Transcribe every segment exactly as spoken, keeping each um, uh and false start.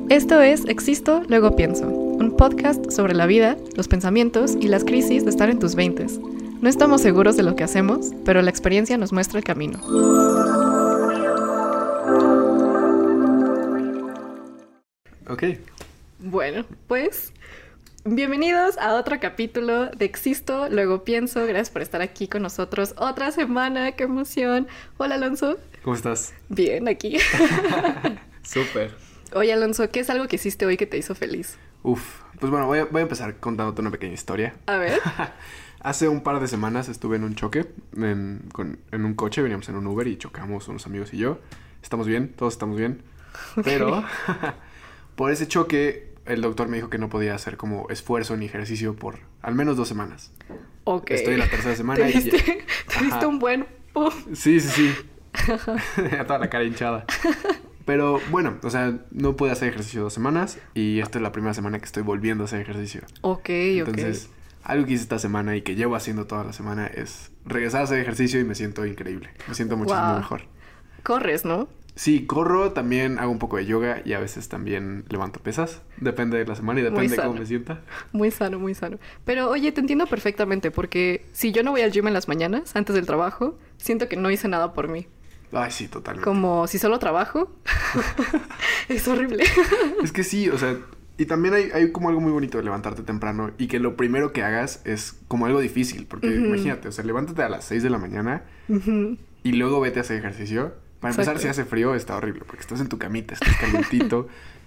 Esto es Existo, luego pienso, un podcast sobre la vida, los pensamientos y las crisis de estar en tus veintes. No estamos seguros de lo que hacemos, pero la experiencia nos muestra el camino. Ok. Bueno, pues bienvenidos a otro capítulo de Existo, luego pienso. Gracias por estar aquí con nosotros otra semana. ¡Qué emoción! Hola, Alonso. ¿Cómo estás? Bien, aquí. Súper. Oye, Alonso, ¿qué es algo que hiciste hoy que te hizo feliz? Uf, pues bueno, voy a, voy a empezar contándote una pequeña historia. A ver. Hace un par de semanas estuve en un choque, en, con, en un coche, veníamos en un Uber y chocamos unos amigos y yo. Estamos bien, todos estamos bien. Okay. Pero por ese choque, el doctor me dijo que no podía hacer como esfuerzo ni ejercicio por al menos dos semanas. Ok. Estoy en la tercera semana ¿Te y diste, ya... ¿te diste un buen puff? Sí, sí, sí. Toda la cara hinchada. Pero bueno, o sea, no pude hacer ejercicio dos semanas y esta es la primera semana que estoy volviendo a hacer ejercicio. Ok, Entonces, ok. algo que hice esta semana y que llevo haciendo toda la semana es regresar a hacer ejercicio y me siento increíble. Me siento muchísimo Wow. mejor. Corres, ¿no? Sí, corro, también hago un poco de yoga y a veces también levanto pesas. Depende de la semana y depende de cómo me sienta. Muy sano, muy sano. Pero oye, te entiendo perfectamente porque si yo no voy al gym en las mañanas, antes del trabajo, siento que no hice nada por mí. Ay, sí, totalmente. Como si solo trabajo. Es horrible. Es que sí, o sea, y también hay, hay como algo muy bonito de levantarte temprano y que lo primero que hagas es como algo difícil. Porque uh-huh. imagínate, o sea, levántate a las seis de la mañana uh-huh. y luego vete a hacer ejercicio. Para empezar, Exacto. si hace frío, está horrible porque estás en tu camita, estás calientito.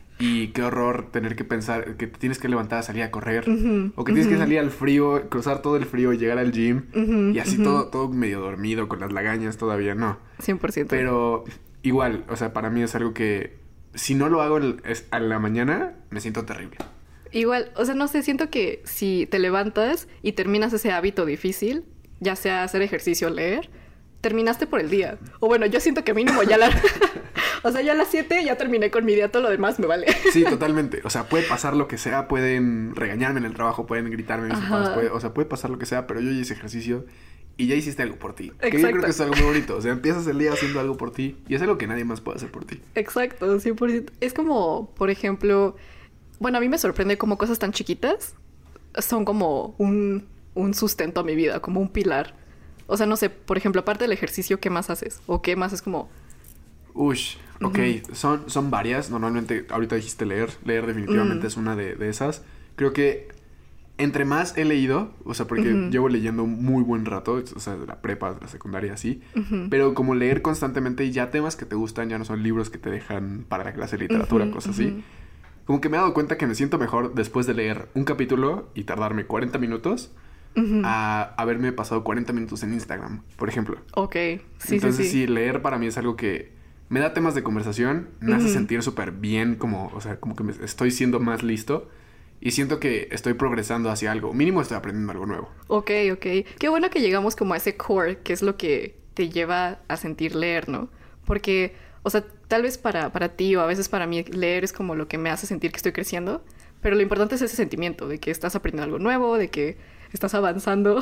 Y qué horror tener que pensar que te tienes que levantar a salir a correr. Uh-huh, o que uh-huh. tienes que salir al frío, cruzar todo el frío, llegar al gym. Uh-huh, y así uh-huh. todo, todo medio dormido, con las lagañas todavía, no. cien por ciento. Pero igual, o sea, para mí es algo que si no lo hago a la mañana, me siento terrible. Igual, o sea, no sé, siento que si te levantas y terminas ese hábito difícil, ya sea hacer ejercicio o leer, terminaste por el día. O bueno, yo siento que mínimo ya la... O sea, ya a las siete ya terminé con mi día, todo lo demás me vale. Sí, totalmente. O sea, puede pasar lo que sea, pueden regañarme en el trabajo, pueden gritarme mis papás, puede, o sea, puede pasar lo que sea, pero yo ya hice ejercicio y ya hiciste algo por ti. Exacto. Que yo creo que es algo muy bonito. O sea, empiezas el día haciendo algo por ti y es algo que nadie más puede hacer por ti. Exacto, cien por ciento. Es como, por ejemplo, bueno, a mí me sorprende como cosas tan chiquitas son como un, un sustento a mi vida, como un pilar. O sea, no sé, por ejemplo, aparte del ejercicio, ¿qué más haces? ¿O qué más es como...? Ush, ok, uh-huh. son, son varias. Normalmente, ahorita dijiste leer. Leer definitivamente uh-huh. es una de, de esas. Creo que entre más he leído, o sea, porque uh-huh. llevo leyendo muy buen rato, o sea, de la prepa, de la secundaria, así. Uh-huh. Pero como leer constantemente ya temas que te gustan, ya no son libros que te dejan para la clase de literatura, uh-huh. cosas así. Uh-huh. Como que me he dado cuenta que me siento mejor después de leer un capítulo y tardarme cuarenta minutos uh-huh. a haberme pasado cuarenta minutos en Instagram, por ejemplo. Ok, sí, Entonces, sí, sí. sí, leer para mí es algo que... me da temas de conversación, me hace uh-huh. sentir súper bien, como, o sea, como que me estoy siendo más listo y siento que estoy progresando hacia algo. Mínimo estoy aprendiendo algo nuevo. Ok, ok. Qué bueno que llegamos como a ese core, que es lo que te lleva a sentir leer, ¿no? Porque, o sea, tal vez para, para ti o a veces para mí leer es como lo que me hace sentir que estoy creciendo, pero lo importante es ese sentimiento de que estás aprendiendo algo nuevo, de que estás avanzando.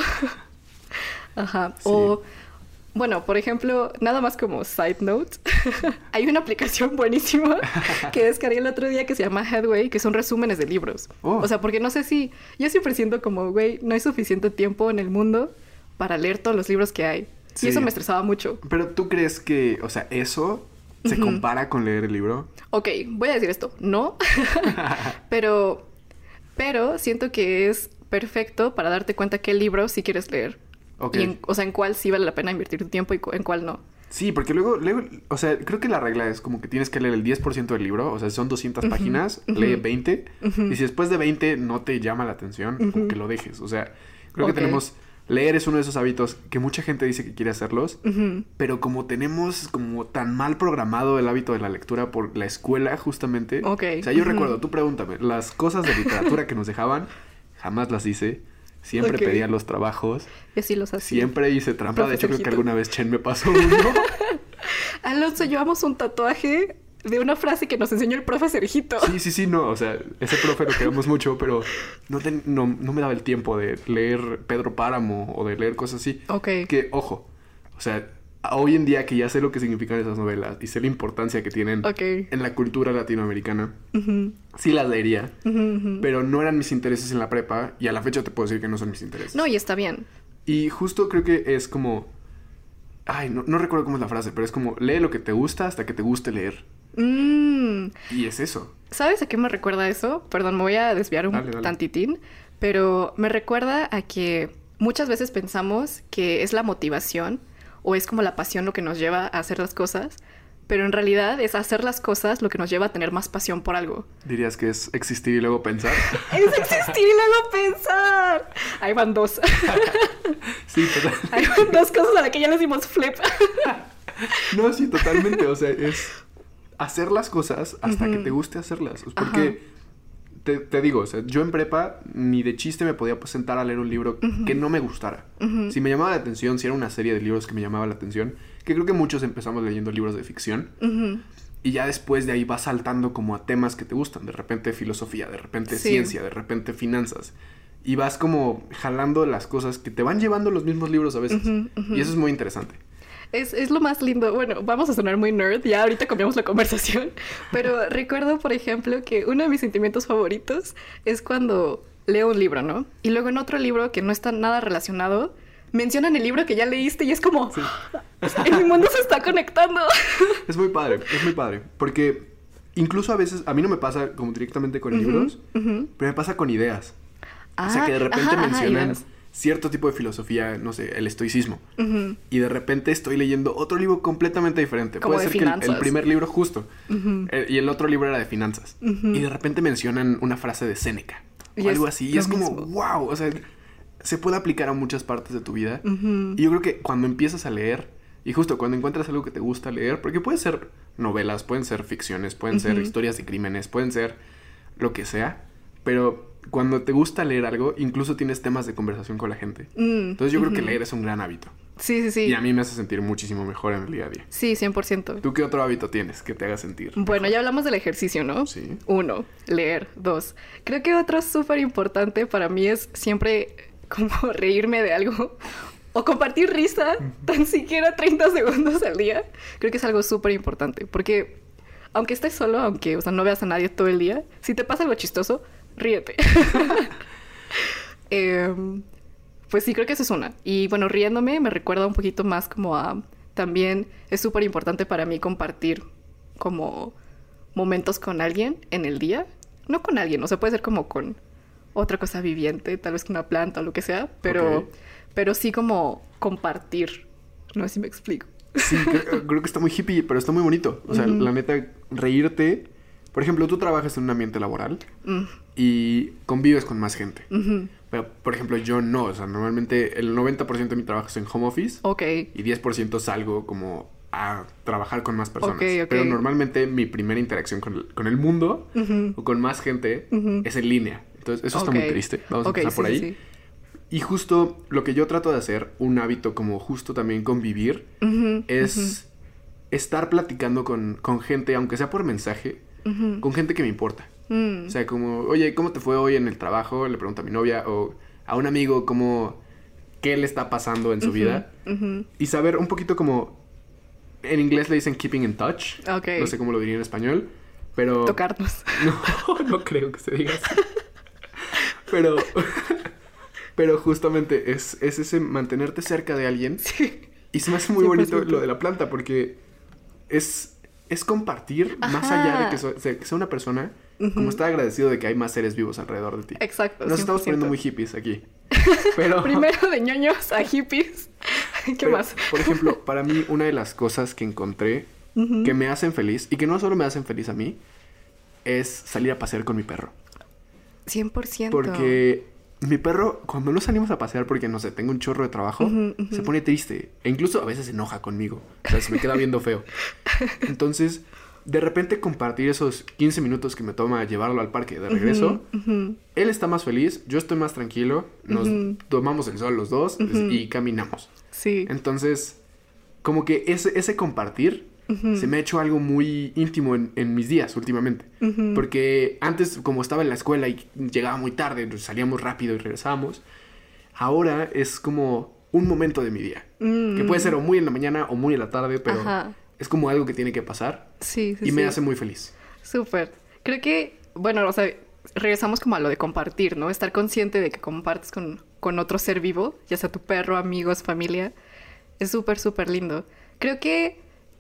Ajá. Sí. O... Bueno, por ejemplo, nada más como side note, hay una aplicación buenísima que descargué el otro día que se llama Headway, que son resúmenes de libros. Oh. O sea, porque no sé si... Yo siempre siento como, güey, no hay suficiente tiempo en el mundo para leer todos los libros que hay. Sí. Y eso me estresaba mucho. Pero ¿tú crees que, o sea, eso se uh-huh. compara con leer el libro? Ok, voy a decir esto. No. pero, pero siento que es perfecto para darte cuenta qué libro sí quieres leer. Okay. Y en, o sea, en cuál sí vale la pena invertir tu tiempo y cu- en cuál no. Sí, porque luego, luego, o sea, creo que la regla es como que tienes que leer el diez por ciento del libro. O sea, si son doscientas uh-huh. páginas, uh-huh. lee veinte. Uh-huh. Y si después de veinte no te llama la atención, uh-huh. que lo dejes. O sea, creo okay. que tenemos... Leer es uno de esos hábitos que mucha gente dice que quiere hacerlos. Uh-huh. Pero como tenemos como tan mal programado el hábito de la lectura por la escuela, justamente. Okay. O sea, yo uh-huh. recuerdo, tú pregúntame, las cosas de literatura que nos dejaban, jamás las hice. Siempre okay. pedía los trabajos. Y así los hacía. Siempre hice trampa. De hecho, creo que alguna vez Chen me pasó uno. Alonso, llevamos un tatuaje de una frase que nos enseñó el profe Sergito. Sí, sí, sí, no. O sea, ese profe lo queremos mucho, pero no, ten, no, no me daba el tiempo de leer Pedro Páramo o de leer cosas así. Ok. Que, ojo, o sea, hoy en día que ya sé lo que significan esas novelas y sé la importancia que tienen okay. en la cultura latinoamericana, uh-huh. sí las leería, uh-huh, uh-huh. pero no eran mis intereses en la prepa y a la fecha te puedo decir que no son mis intereses. No, y está bien. Y justo creo que es como... Ay, no, no recuerdo cómo es la frase, pero es como lee lo que te gusta hasta que te guste leer. Mm. Y es eso. ¿Sabes a qué me recuerda eso? Perdón, me voy a desviar un dale, dale. tantitín, pero me recuerda a que muchas veces pensamos que es la motivación o es como la pasión lo que nos lleva a hacer las cosas, pero en realidad es hacer las cosas lo que nos lleva a tener más pasión por algo. ¿Dirías que es existir y luego pensar? ¡Es existir y luego pensar! Ahí van dos. Sí, total. Ahí van dos cosas a las que ya les dimos flip. No, sí, totalmente. O sea, es hacer las cosas hasta uh-huh. que te guste hacerlas. Porque, te, te digo, o sea, yo en prepa ni de chiste me podía sentar a leer un libro uh-huh. que no me gustara. Uh-huh. Si me llamaba la atención, si era una serie de libros que me llamaba la atención, que creo que muchos empezamos leyendo libros de ficción. Uh-huh. Y ya después de ahí vas saltando como a temas que te gustan. De repente filosofía, de repente sí. ciencia, de repente finanzas. Y vas como jalando las cosas que te van llevando los mismos libros a veces. Uh-huh, uh-huh. Y eso es muy interesante. Es, es lo más lindo. Bueno, vamos a sonar muy nerd. Ya ahorita cambiamos la conversación. Pero recuerdo, por ejemplo, que uno de mis sentimientos favoritos es cuando leo un libro, ¿no? Y luego en otro libro que no está nada relacionado, mencionan el libro que ya leíste y es como... Sí. En mi mundo se está conectando. Es muy padre, es muy padre. Porque incluso a veces... A mí no me pasa como directamente con uh-huh, libros, uh-huh. pero me pasa con ideas. Ah, o sea, que de repente ajá, mencionan... Ajá, cierto tipo de filosofía, no sé, el estoicismo. Uh-huh. Y de repente estoy leyendo otro libro completamente diferente. Como Puede de ser finanzas. que el, el primer libro justo. Uh-huh. El, y el otro libro era de finanzas. Uh-huh. Y de repente mencionan una frase de Séneca. O y algo así. Y es como, mismo. wow. O sea, se puede aplicar a muchas partes de tu vida. Uh-huh. Y yo creo que cuando empiezas a leer, y justo cuando encuentras algo que te gusta leer, porque pueden ser novelas, pueden ser ficciones, pueden uh-huh. ser historias de crímenes, pueden ser lo que sea, pero... Cuando te gusta leer algo, incluso tienes temas de conversación con la gente. Mm, Entonces yo uh-huh. creo que leer es un gran hábito. Sí, sí, sí. Y a mí me hace sentir muchísimo mejor en el día a día. Sí, cien por ciento. ¿Tú qué otro hábito tienes que te haga sentir Bueno, mejor? Ya hablamos del ejercicio, ¿no? Sí. Uno, leer. Dos, creo que otro súper importante para mí es siempre como reírme de algo o compartir risa tan siquiera treinta segundos al día. Creo que es algo súper importante porque aunque estés solo, aunque o sea, no veas a nadie todo el día, si te pasa algo chistoso... Ríete. eh, pues sí, creo que esa es una. Y bueno, riéndome me recuerda un poquito más como a... También es súper importante para mí compartir como momentos con alguien en el día. No con alguien, o sea, puede ser como con otra cosa viviente, tal vez con una planta o lo que sea. Pero, okay. pero sí como compartir. No sé si me explico. Sí, creo, creo que está muy hippie, pero está muy bonito. O sea, uh-huh. la neta, reírte... Por ejemplo, tú trabajas en un ambiente laboral mm. y convives con más gente. Uh-huh. Pero, por ejemplo, yo no. O sea, normalmente el noventa por ciento de mi trabajo es en home office. Ok. Y diez por ciento salgo como a trabajar con más personas. Okay, okay. Pero normalmente mi primera interacción con el, con el mundo uh-huh. o con más gente uh-huh. es en línea. Entonces, eso okay. está muy triste. Vamos okay, a empezar sí, por ahí. Sí, sí. Y justo lo que yo trato de hacer, un hábito como justo también convivir, uh-huh. es uh-huh. estar platicando con, con gente, aunque sea por mensaje, uh-huh. con gente que me importa. Uh-huh. O sea, como, oye, ¿cómo te fue hoy en el trabajo? Le pregunto a mi novia o a un amigo cómo, qué le está pasando en su uh-huh. vida. Uh-huh. Y saber un poquito como, en inglés le dicen keeping in touch. Okay. No sé cómo lo diría en español, pero... Tocarnos. No, no creo que se diga así. Pero... Pero justamente es, es ese mantenerte cerca de alguien. Sí. Y se me hace muy cien por ciento bonito lo de la planta porque es, es compartir Ajá. más allá de que, so, que sea una persona, uh-huh. como estar agradecido de que hay más seres vivos alrededor de ti. Exacto. Nos estamos poniendo muy hippies aquí. Pero... Primero de ñoños a hippies. ¿Qué pero, más? Por ejemplo, para mí una de las cosas que encontré uh-huh. que me hacen feliz y que no solo me hacen feliz a mí es salir a pasear con mi perro. cien por ciento. Porque... Mi perro, cuando no salimos a pasear porque, no sé, tengo un chorro de trabajo, uh-huh, uh-huh. se pone triste. E incluso a veces se enoja conmigo. O sea, se me queda viendo feo. Entonces, de repente compartir esos quince minutos que me toma llevarlo al parque de regreso, uh-huh, uh-huh. él está más feliz, yo estoy más tranquilo, nos uh-huh. tomamos el sol los dos uh-huh. y caminamos. Sí. Entonces, como que ese, ese compartir... Uh-huh. se me ha hecho algo muy íntimo en, en mis días últimamente. Uh-huh. Porque antes, como estaba en la escuela y llegaba muy tarde, salíamos rápido y regresábamos. Ahora es como un momento de mi día. Mm. Que puede ser o muy en la mañana o muy en la tarde, pero Ajá. es como algo que tiene que pasar. Sí, sí, Y me sí. hace muy feliz. Súper. Creo que, bueno, o sea, regresamos como a lo de compartir, ¿no? Estar consciente de que compartes con, con otro ser vivo, ya sea tu perro, amigos, familia. Es súper, súper lindo. Creo que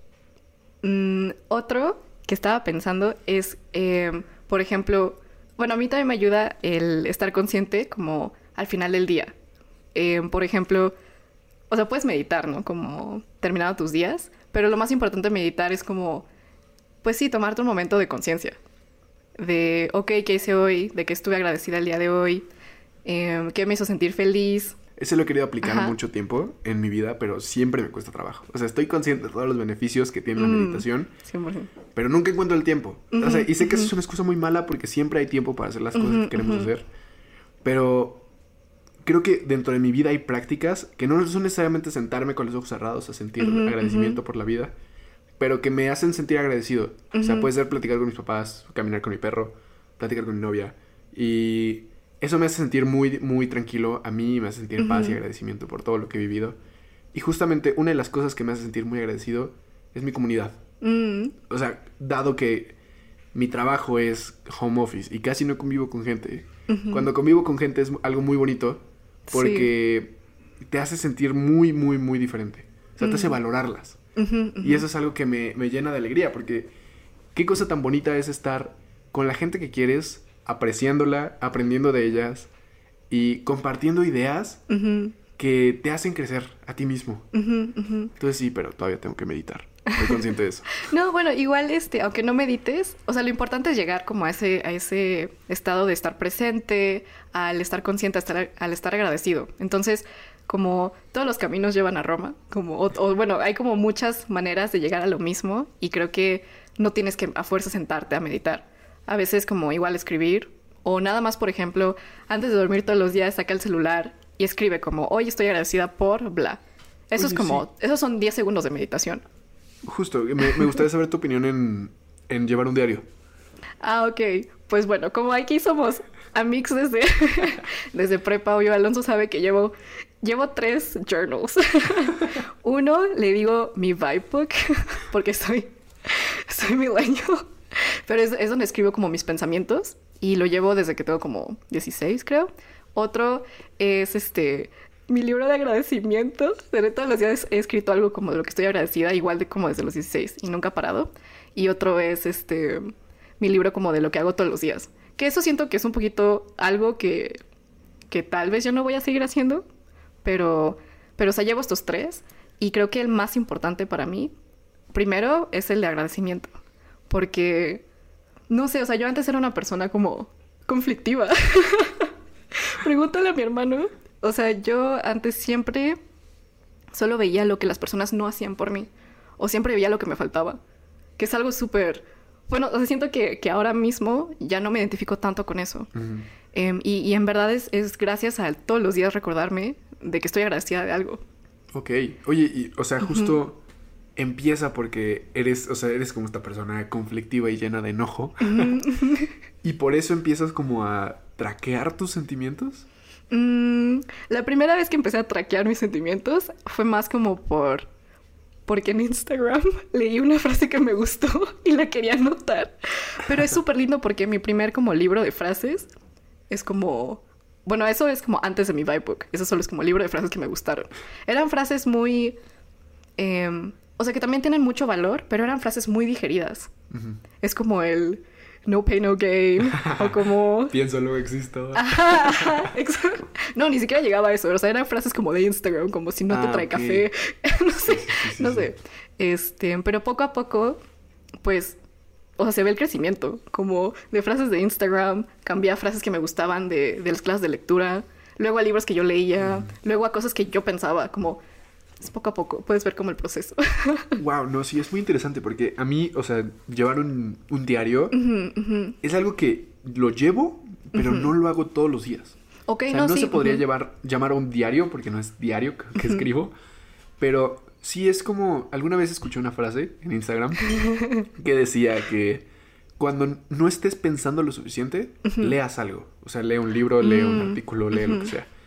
mmm, otro que estaba pensando es, eh, por ejemplo, bueno, a mí también me ayuda el estar consciente como al final del día. Eh, por ejemplo, o sea, puedes meditar, ¿no? Como terminando tus días, pero lo más importante de meditar es como, pues sí, tomarte un momento de conciencia. De, ok, ¿qué hice hoy? ¿De qué estuve agradecida el día de hoy? Eh, ¿Qué me hizo sentir feliz? Ese lo he querido aplicar Ajá. mucho tiempo en mi vida, pero siempre me cuesta trabajo. O sea, estoy consciente de todos los beneficios que tiene la Mm, meditación, cien por ciento. pero nunca encuentro el tiempo. Uh-huh, O sea, y sé que uh-huh. eso es una excusa muy mala porque siempre hay tiempo para hacer las cosas Uh-huh, que queremos uh-huh. hacer. Pero creo que dentro de mi vida hay prácticas que no son necesariamente sentarme con los ojos cerrados a sentir Uh-huh, agradecimiento uh-huh. por la vida, pero que me hacen sentir agradecido. Uh-huh. O sea, puede ser platicar con mis papás, caminar con mi perro, platicar con mi novia. Y eso me hace sentir muy, muy tranquilo a mí, me hace sentir Uh-huh. paz y agradecimiento por todo lo que he vivido. Y justamente una de las cosas que me hace sentir muy agradecido es mi comunidad. Mm. O sea, dado que mi trabajo es home office y casi no convivo con gente, Uh-huh. cuando convivo con gente es algo muy bonito porque sí. te hace sentir muy, muy, muy diferente. O sea, uh-huh. te hace valorarlas. Uh-huh, uh-huh. Y eso es algo que me, me llena de alegría porque qué cosa tan bonita es estar con la gente que quieres, apreciándola, aprendiendo de ellas y compartiendo ideas Uh-huh. que te hacen crecer a ti mismo. Uh-huh, uh-huh. Entonces sí, pero todavía tengo que meditar. Estoy consciente de eso. No, bueno, igual, este, aunque no medites, o sea, lo importante es llegar como a ese, a ese estado de estar presente, al estar consciente, al estar, al estar agradecido. Entonces, como todos los caminos llevan a Roma, como, o, o bueno, hay como muchas maneras de llegar a lo mismo y creo que no tienes que a fuerza sentarte a meditar. A veces como igual escribir o nada más, por ejemplo, antes de dormir todos los días saca el celular y escribe como, hoy estoy agradecida por bla. Eso Oye, es como, sí. esos son diez segundos de meditación. Justo, me, me gustaría saber tu opinión en, en llevar un diario. Ah, ok. Pues bueno, como aquí somos amigos desde, desde prepa, obvio, Alonso sabe que llevo, llevo tres journals. Uno le digo mi vibe book, porque soy, soy millennial. Pero es, es donde escribo como mis pensamientos y lo llevo desde que tengo como dieciséis, creo. Otro es este... mi libro de agradecimiento. De todos los días he escrito algo como de lo que estoy agradecida, igual de como desde los dieciséis y nunca he parado. Y otro es este mi libro como de lo que hago todos los días. Que eso siento que es un poquito algo que, que tal vez yo no voy a seguir haciendo. Pero, pero o sea, llevo estos tres. Y creo que el más importante para mí, primero, es el de agradecimiento. Porque, no sé, o sea, yo antes era una persona como conflictiva. Pregúntale a mi hermano. O sea, yo antes siempre solo veía lo que las personas no hacían por mí. O siempre veía lo que me faltaba. Que es algo súper... Bueno, o sea, siento que, que ahora mismo ya no me identifico tanto con eso. Uh-huh. Eh, y, y en verdad es, es gracias a todos los días recordarme de que estoy agradecida de algo. Ok. Oye, y, o sea, justo Uh-huh. empieza porque eres, o sea, eres como esta persona conflictiva y llena de enojo. Uh-huh. Y por eso empiezas como a traquear tus sentimientos. Mm, la primera vez que empecé a traquear mis sentimientos fue más como por... porque en Instagram leí una frase que me gustó y la quería anotar. Pero es súper lindo porque mi primer como libro de frases es como... Bueno, eso es como antes de mi vibe book. Eso solo es como libro de frases que me gustaron. Eran frases muy... Eh, o sea, que también tienen mucho valor, pero eran frases muy digeridas. Uh-huh. Es como el... no pain, no gain. O como... pienso, luego existo. Ajá, ajá, exacto. No, ni siquiera llegaba a eso. O sea, eran frases como de Instagram, como si no ah, te trae okay. café. No sé, sí, sí, sí, no sí. sé. Este, pero poco a poco, pues, o sea, se ve el crecimiento. Como de frases de Instagram, cambié a frases que me gustaban de, de las clases de lectura, luego a libros que yo leía, mm. luego a cosas que yo pensaba, como... es poco a poco, puedes ver como el proceso. Wow, no, sí, es muy interesante porque a mí, o sea, llevar un, un diario uh-huh, uh-huh. es algo que lo llevo, pero uh-huh. no lo hago todos los días. Ok, o sea, no, no sí. se podría uh-huh. llevar, llamar a un diario porque no es diario que, que uh-huh. escribo, pero sí es como, alguna vez escuché una frase en Instagram que decía que cuando no estés pensando lo suficiente, uh-huh. leas algo. O sea, lee un libro, lee uh-huh. un artículo, lee uh-huh. lo que sea.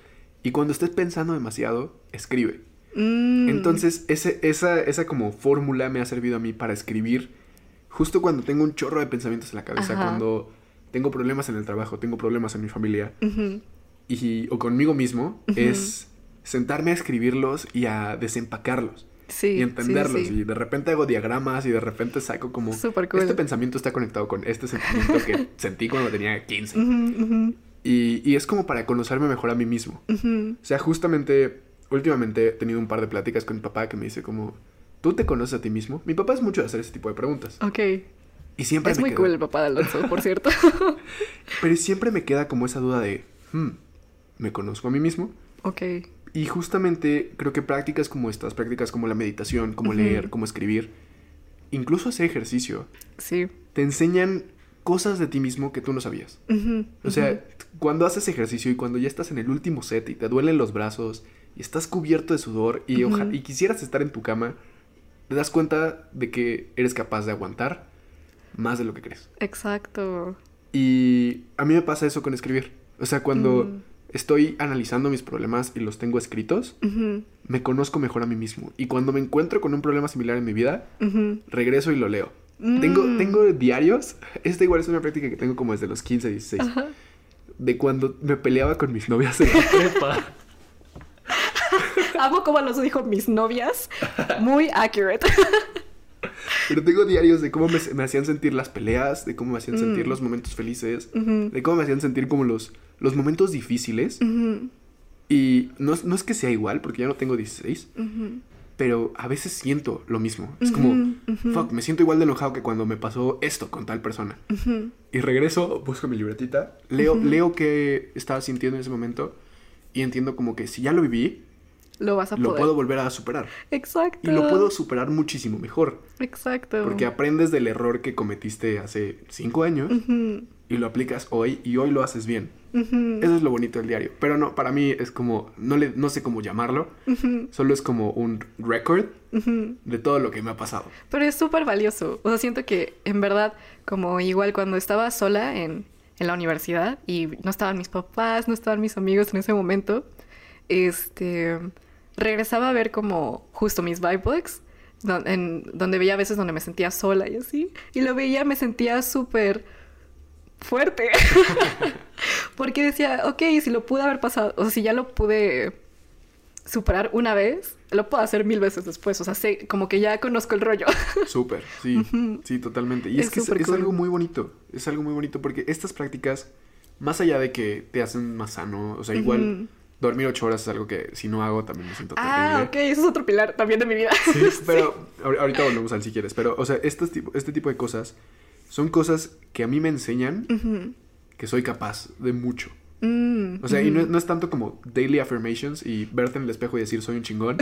Y cuando estés pensando demasiado, escribe. Mm. Entonces, ese, esa, esa como fórmula me ha servido a mí para escribir justo cuando tengo un chorro de pensamientos en la cabeza, Ajá. cuando tengo problemas en el trabajo, tengo problemas en mi familia, Uh-huh. y, o conmigo mismo, Uh-huh. es sentarme a escribirlos y a desempacarlos. Sí, Y entenderlos. sí, sí. Y de repente hago diagramas y de repente saco como... Súper cool. Este pensamiento está conectado con este sentimiento que sentí cuando tenía quince. Uh-huh, uh-huh. Y, y es como para conocerme mejor a mí mismo. Uh-huh. O sea, justamente, últimamente he tenido un par de pláticas con mi papá que me dice como... ¿Tú te conoces a ti mismo? Mi papá es mucho de hacer ese tipo de preguntas. Ok. Y siempre Es me muy queda... cool el papá de Alonso, por cierto. Pero siempre me queda como esa duda de... Hmm, ¿me conozco a mí mismo? Ok. Y justamente creo que prácticas como estas, prácticas como la meditación, como Ujú. leer, como escribir, incluso hacer ejercicio, Sí. te enseñan cosas de ti mismo que tú no sabías. Uh-huh. O sea, cuando haces ejercicio y cuando ya estás en el último set y te duelen los brazos y estás cubierto de sudor y, Ujú. oja- y quisieras estar en tu cama, te das cuenta de que eres capaz de aguantar más de lo que crees. Exacto. Y a mí me pasa eso con escribir. O sea, cuando Mm. estoy analizando mis problemas y los tengo escritos, Uh-huh. me conozco mejor a mí mismo. Y cuando me encuentro con un problema similar en mi vida, Uh-huh. regreso y lo leo. Mm. Tengo, tengo diarios. Esta igual es una práctica que tengo como desde los quince, dieciséis. Ajá. De cuando me peleaba con mis novias en la prepa. Amo como Alonso dijo mis novias. Muy accurate. Pero tengo diarios de cómo me, me hacían sentir las peleas, de cómo me hacían Mm. sentir los momentos felices, Uh-huh. de cómo me hacían sentir como los, los momentos difíciles. Uh-huh. Y no, es- no es que sea igual, porque ya no tengo dieciséis, Uh-huh. pero a veces siento lo mismo. Es como, Ujú, ujú. fuck, me siento igual de enojado que cuando me pasó esto con tal persona. Uh-huh. Y regreso, busco mi libretita, leo, Ujú. leo qué estaba sintiendo en ese momento y entiendo como que si ya lo viví, Lo vas a lo poder. puedo volver a superar. Exacto. Y lo puedo superar muchísimo mejor. Exacto. Porque aprendes del error que cometiste hace cinco años Uh-huh. y lo aplicas hoy y hoy lo haces bien. Uh-huh. Eso es lo bonito del diario. Pero no, para mí es como, no, le, no sé cómo llamarlo, Uh-huh. solo es como un record Uh-huh. de todo lo que me ha pasado. Pero es súper valioso. O sea, siento que en verdad, como igual cuando estaba sola en, en la universidad y no estaban mis papás, no estaban mis amigos en ese momento, este, regresaba a ver como justo mis vibe books, don- en, donde veía a veces donde me sentía sola y así. Y lo veía, me sentía súper fuerte. Porque decía, ok, si lo pude haber pasado, o sea, si ya lo pude superar una vez, lo puedo hacer mil veces después. O sea, sé, como que ya conozco el rollo. Súper, sí, Ujú. sí, totalmente. Y es, Es que es, súper es cool. algo muy bonito, es algo muy bonito porque estas prácticas, más allá de que te hacen más sano, o sea, igual Ujú. dormir ocho horas es algo que si no hago también me siento Ah, ok, terrible. eso es otro pilar también de mi vida. Sí, pero ahor- ahorita volvemos al si quieres. Pero, o sea, este tipo, este tipo de cosas son cosas que a mí me enseñan Ujú. que soy capaz de mucho. Mm, O sea, y no, ujú. no es tanto como daily affirmations y verte en el espejo y decir soy un chingón.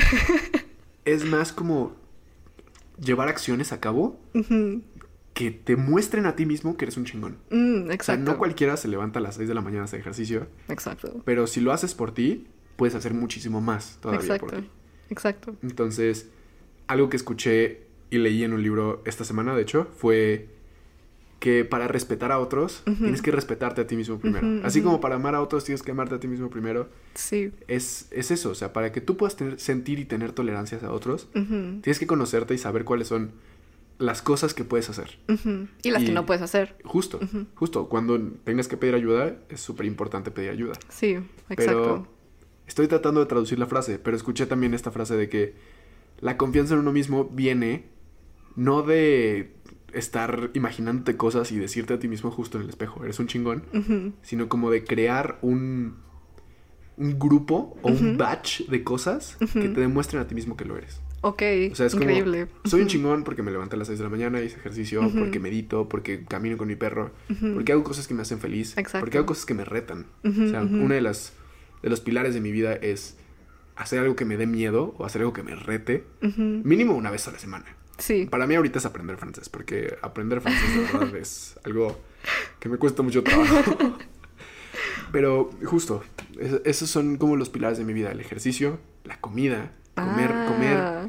Es más como llevar acciones a cabo Ujú. que te muestren a ti mismo que eres un chingón. Mm, O sea, exacto. no cualquiera se levanta a las seis de la mañana a hacer ejercicio, Exacto. pero si lo haces por ti, puedes hacer muchísimo más todavía por Exacto. ti. Exacto. Entonces, algo que escuché y leí en un libro esta semana, de hecho, fue que para respetar a otros, Ujú. tienes que respetarte a ti mismo primero. Ujú, Así ujú. como para amar a otros, tienes que amarte a ti mismo primero. Sí. Es, es eso, o sea, para que tú puedas tener, sentir y tener tolerancia a otros, Ujú. tienes que conocerte y saber cuáles son las cosas que puedes hacer. Ujú. Y las Y- que no puedes hacer. Justo, Ujú. justo. Cuando tengas que pedir ayuda, es súper importante pedir ayuda. Sí, exacto. Pero estoy tratando de traducir la frase, pero escuché también esta frase de que la confianza en uno mismo viene no de estar imaginándote cosas y decirte a ti mismo justo en el espejo, eres un chingón, Ujú. sino como de crear un, un grupo o un Ujú. batch de cosas Ujú. que te demuestren a ti mismo que lo eres. Ok, O sea, es increíble. como, soy un Ujú. chingón porque me levanté a las seis de la mañana, hice ejercicio, Ujú. porque medito, porque camino con mi perro, Ujú. porque hago cosas que me hacen feliz, Exacto. porque hago cosas que me retan. Ujú, O sea, ujú. una de las de los pilares de mi vida es hacer algo que me dé miedo o hacer algo que me rete, Ujú. mínimo una vez a la semana. Sí. Para mí ahorita es aprender francés, porque aprender francés de verdad es algo que me cuesta mucho trabajo. Pero justo, es- esos son como los pilares de mi vida, el ejercicio, la comida, comer, Ah. comer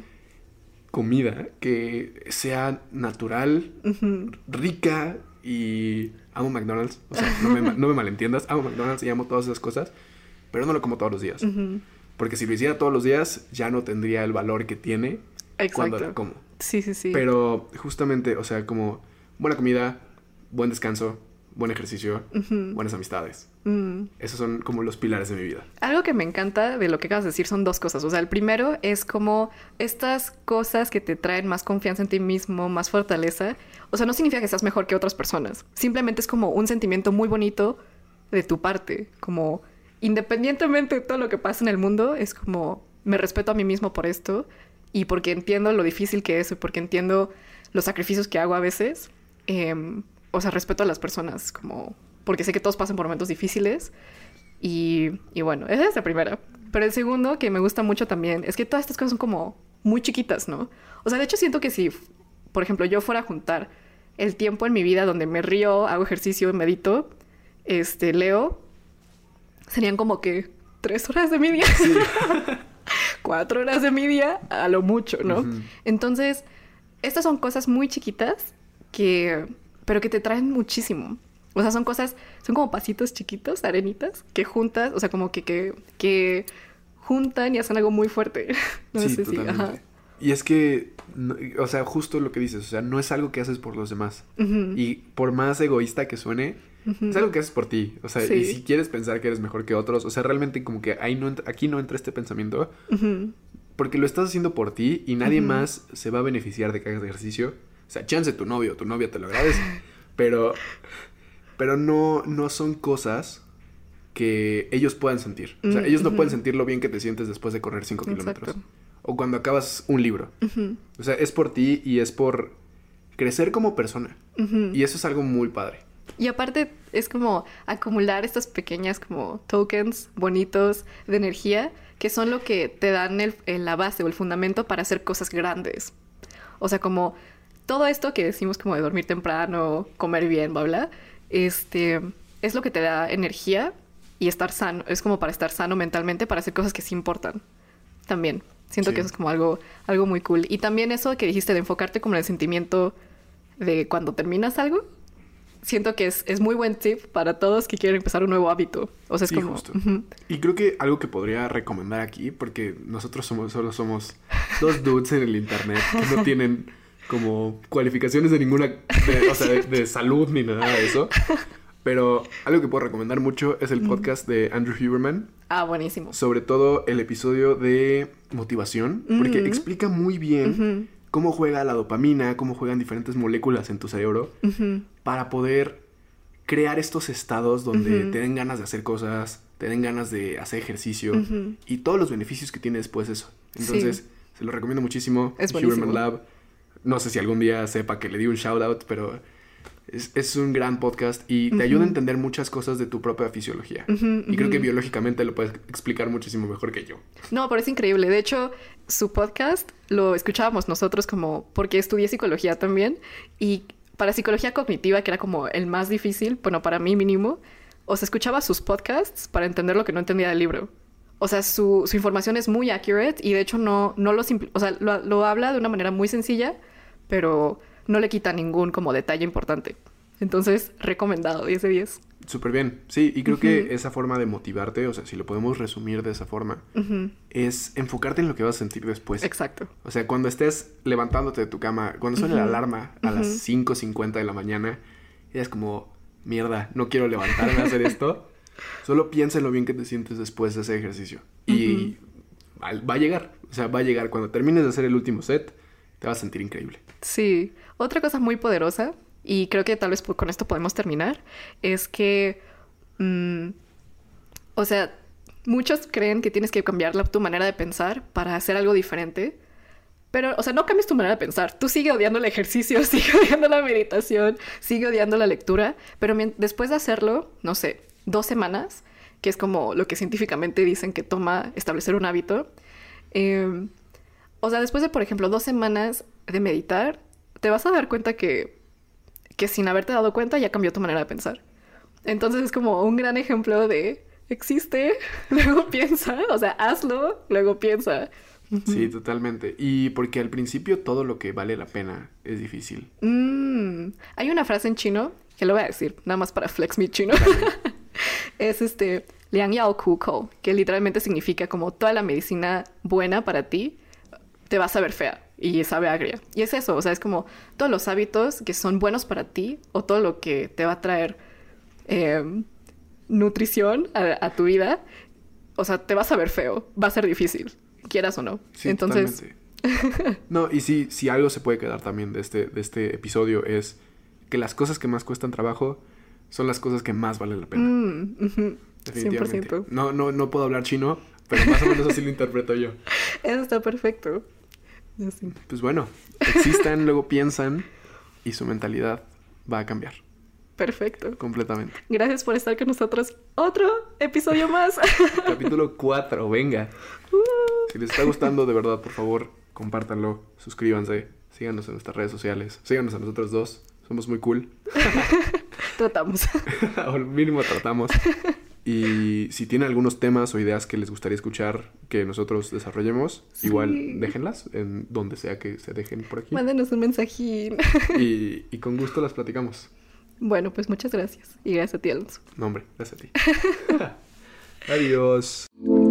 comida que sea natural, Ujú. rica y amo McDonald's. O sea, no me, ma- no me malentiendas, amo McDonald's y amo todas esas cosas. pero no lo como todos los días. Uh-huh. Porque si lo hiciera todos los días, ya no tendría el valor que tiene Exacto. cuando la como. Sí, sí, sí. Pero justamente, o sea, como buena comida, buen descanso, buen ejercicio, uh-huh. buenas amistades. Uh-huh. Esos son como los pilares de mi vida. Algo que me encanta de lo que acabas de decir son dos cosas. O sea, el primero es como estas cosas que te traen más confianza en ti mismo, más fortaleza. O sea, no significa que seas mejor que otras personas. Simplemente es como un sentimiento muy bonito de tu parte. Como independientemente de todo lo que pasa en el mundo, es como me respeto a mí mismo por esto y porque entiendo lo difícil que es y porque entiendo los sacrificios que hago a veces. Eh, o sea, respeto a las personas como... porque sé que todos pasan por momentos difíciles. Y, y bueno, esa es la primera. Pero el segundo, que me gusta mucho también, es que todas estas cosas son como muy chiquitas, ¿no? O sea, de hecho siento que si, por ejemplo, yo fuera a juntar el tiempo en mi vida donde me río, hago ejercicio, medito, este, leo, serían como que tres horas de mi día. Sí. Cuatro horas de mi día, a lo mucho, ¿no? Uh-huh. Entonces, estas son cosas muy chiquitas que... pero que te traen muchísimo. O sea, son cosas... son como pasitos chiquitos, arenitas, que juntas... o sea, como que... que, que juntan y hacen algo muy fuerte. No sí, sé totalmente. si... Ajá. Y es que... No, o sea, justo lo que dices. O sea, no es algo que haces por los demás. Uh-huh. Y por más egoísta que suene... Uh-huh. Es algo que haces por ti. O sea, sí. Y si quieres pensar que eres mejor que otros... o sea, realmente como que ahí no entra, aquí no entra este pensamiento. Uh-huh. Porque lo estás haciendo por ti y nadie uh-huh. más se va a beneficiar de que hagas ejercicio. O sea, chance tu novio, tu novia te lo agradece. Pero, pero no, no son cosas que ellos puedan sentir. O sea, mm, ellos no uh-huh. pueden sentir lo bien que te sientes después de correr cinco kilómetros. O cuando acabas un libro. Uh-huh. O sea, es por ti y es por crecer como persona. Uh-huh. Y eso es algo muy padre. Y aparte es como acumular estas pequeñas como tokens bonitos de energía que son lo que te dan el, el, la base o el fundamento para hacer cosas grandes. O sea, como... todo esto que decimos como de dormir temprano, comer bien, bla, bla, este, es lo que te da energía y estar sano. Es como para estar sano mentalmente, para hacer cosas que sí importan. También. Siento sí. que eso es como algo, algo muy cool. Y también eso que dijiste de enfocarte como en el sentimiento de cuando terminas algo. Siento que es, es muy buen tip para todos que quieren empezar un nuevo hábito. O sea, es sí, como... justo. Uh-huh. Y creo que algo que podría recomendar aquí, porque nosotros somos, solo somos dos dudes en el internet que no tienen... como cualificaciones de ninguna... de, o sea, de, de salud ni nada de eso. Pero algo que puedo recomendar mucho es el podcast de Andrew Huberman. Ah, buenísimo. Sobre todo el episodio de motivación. Uh-huh. Porque explica muy bien uh-huh. cómo juega la dopamina, cómo juegan diferentes moléculas en tu cerebro. Uh-huh. Para poder crear estos estados donde uh-huh. te den ganas de hacer cosas, te den ganas de hacer ejercicio. Uh-huh. Y todos los beneficios que tiene después eso. Entonces, sí. se lo recomiendo muchísimo. Es buenísimo. Huberman Lab. No sé si algún día sepa que le di un shout out, pero es, es un gran podcast y te uh-huh. ayuda a entender muchas cosas de tu propia fisiología. Uh-huh, uh-huh. Y creo que biológicamente lo puedes explicar muchísimo mejor que yo. No, pero es increíble. De hecho, su podcast lo escuchábamos nosotros como... porque estudié psicología también. Y para psicología cognitiva, que era como el más difícil, bueno, para mí mínimo, o sea, escuchaba sus podcasts para entender lo que no entendía del libro. O sea, su, su información es muy accurate y de hecho no, no lo... Simpl- o sea, lo, lo habla de una manera muy sencilla... pero no le quita ningún como detalle importante. Entonces, recomendado, diez de diez. Súper bien. Sí, y creo uh-huh. que esa forma de motivarte, o sea, si lo podemos resumir de esa forma, uh-huh. es enfocarte en lo que vas a sentir después. Exacto. O sea, cuando estés levantándote de tu cama, cuando suene uh-huh. la alarma a uh-huh. las cinco cincuenta de la mañana, y es como, mierda, no quiero levantarme a hacer esto. Solo piensa en lo bien que te sientes después de ese ejercicio. Uh-huh. Y va a llegar. O sea, va a llegar. Cuando termines de hacer el último set, te vas a sentir increíble. Sí. Otra cosa muy poderosa, y creo que tal vez con esto podemos terminar, es que... Mmm, o sea, muchos creen que tienes que cambiar la, tu manera de pensar para hacer algo diferente. Pero, o sea, no cambies tu manera de pensar. Tú sigue odiando el ejercicio, sigue odiando la meditación, sigue odiando la lectura. Pero después de hacerlo, no sé, dos semanas, que es como lo que científicamente dicen que toma establecer un hábito... Eh, O sea, después de, por ejemplo, dos semanas de meditar, te vas a dar cuenta que, que sin haberte dado cuenta ya cambió tu manera de pensar. Entonces es como un gran ejemplo de existe, luego piensa, o sea, hazlo, luego piensa. Sí, totalmente. Y porque al principio todo lo que vale la pena es difícil. Mm, hay una frase en chino, que lo voy a decir, nada más para flex mi chino. Es este, Liang Yao Ku Kou, que literalmente significa como toda la medicina buena para ti te va a saber fea y sabe agria. Y es eso, o sea, es como todos los hábitos que son buenos para ti o todo lo que te va a traer eh, nutrición a, a tu vida, o sea, te va a saber feo, va a ser difícil, quieras o no. Sí, entonces... totalmente. No, y si, si algo se puede quedar también de este, de este episodio es que las cosas que más cuestan trabajo son las cosas que más valen la pena. Mm, uh-huh. Definitivamente. cien por ciento. No, no, no puedo hablar chino, pero más o menos así lo interpreto yo. Eso está perfecto. Sí. Pues bueno, existan, luego piensan y su mentalidad va a cambiar. Perfecto. Completamente. Gracias por estar con nosotros. Otro episodio más. Capítulo cuatro, venga. Uh. Si les está gustando, de verdad, por favor, compártanlo, suscríbanse, síganos en nuestras redes sociales, síganos a nosotros dos, somos muy cool. Tratamos. O mínimo tratamos. Y si tienen algunos temas o ideas que les gustaría escuchar que nosotros desarrollemos, sí. Igual déjenlas en donde sea que se dejen por aquí. Mándenos un mensajín. Y, y con gusto las platicamos. Bueno, pues muchas gracias. Y gracias a ti, Alonso. No, hombre, gracias a ti. Adiós.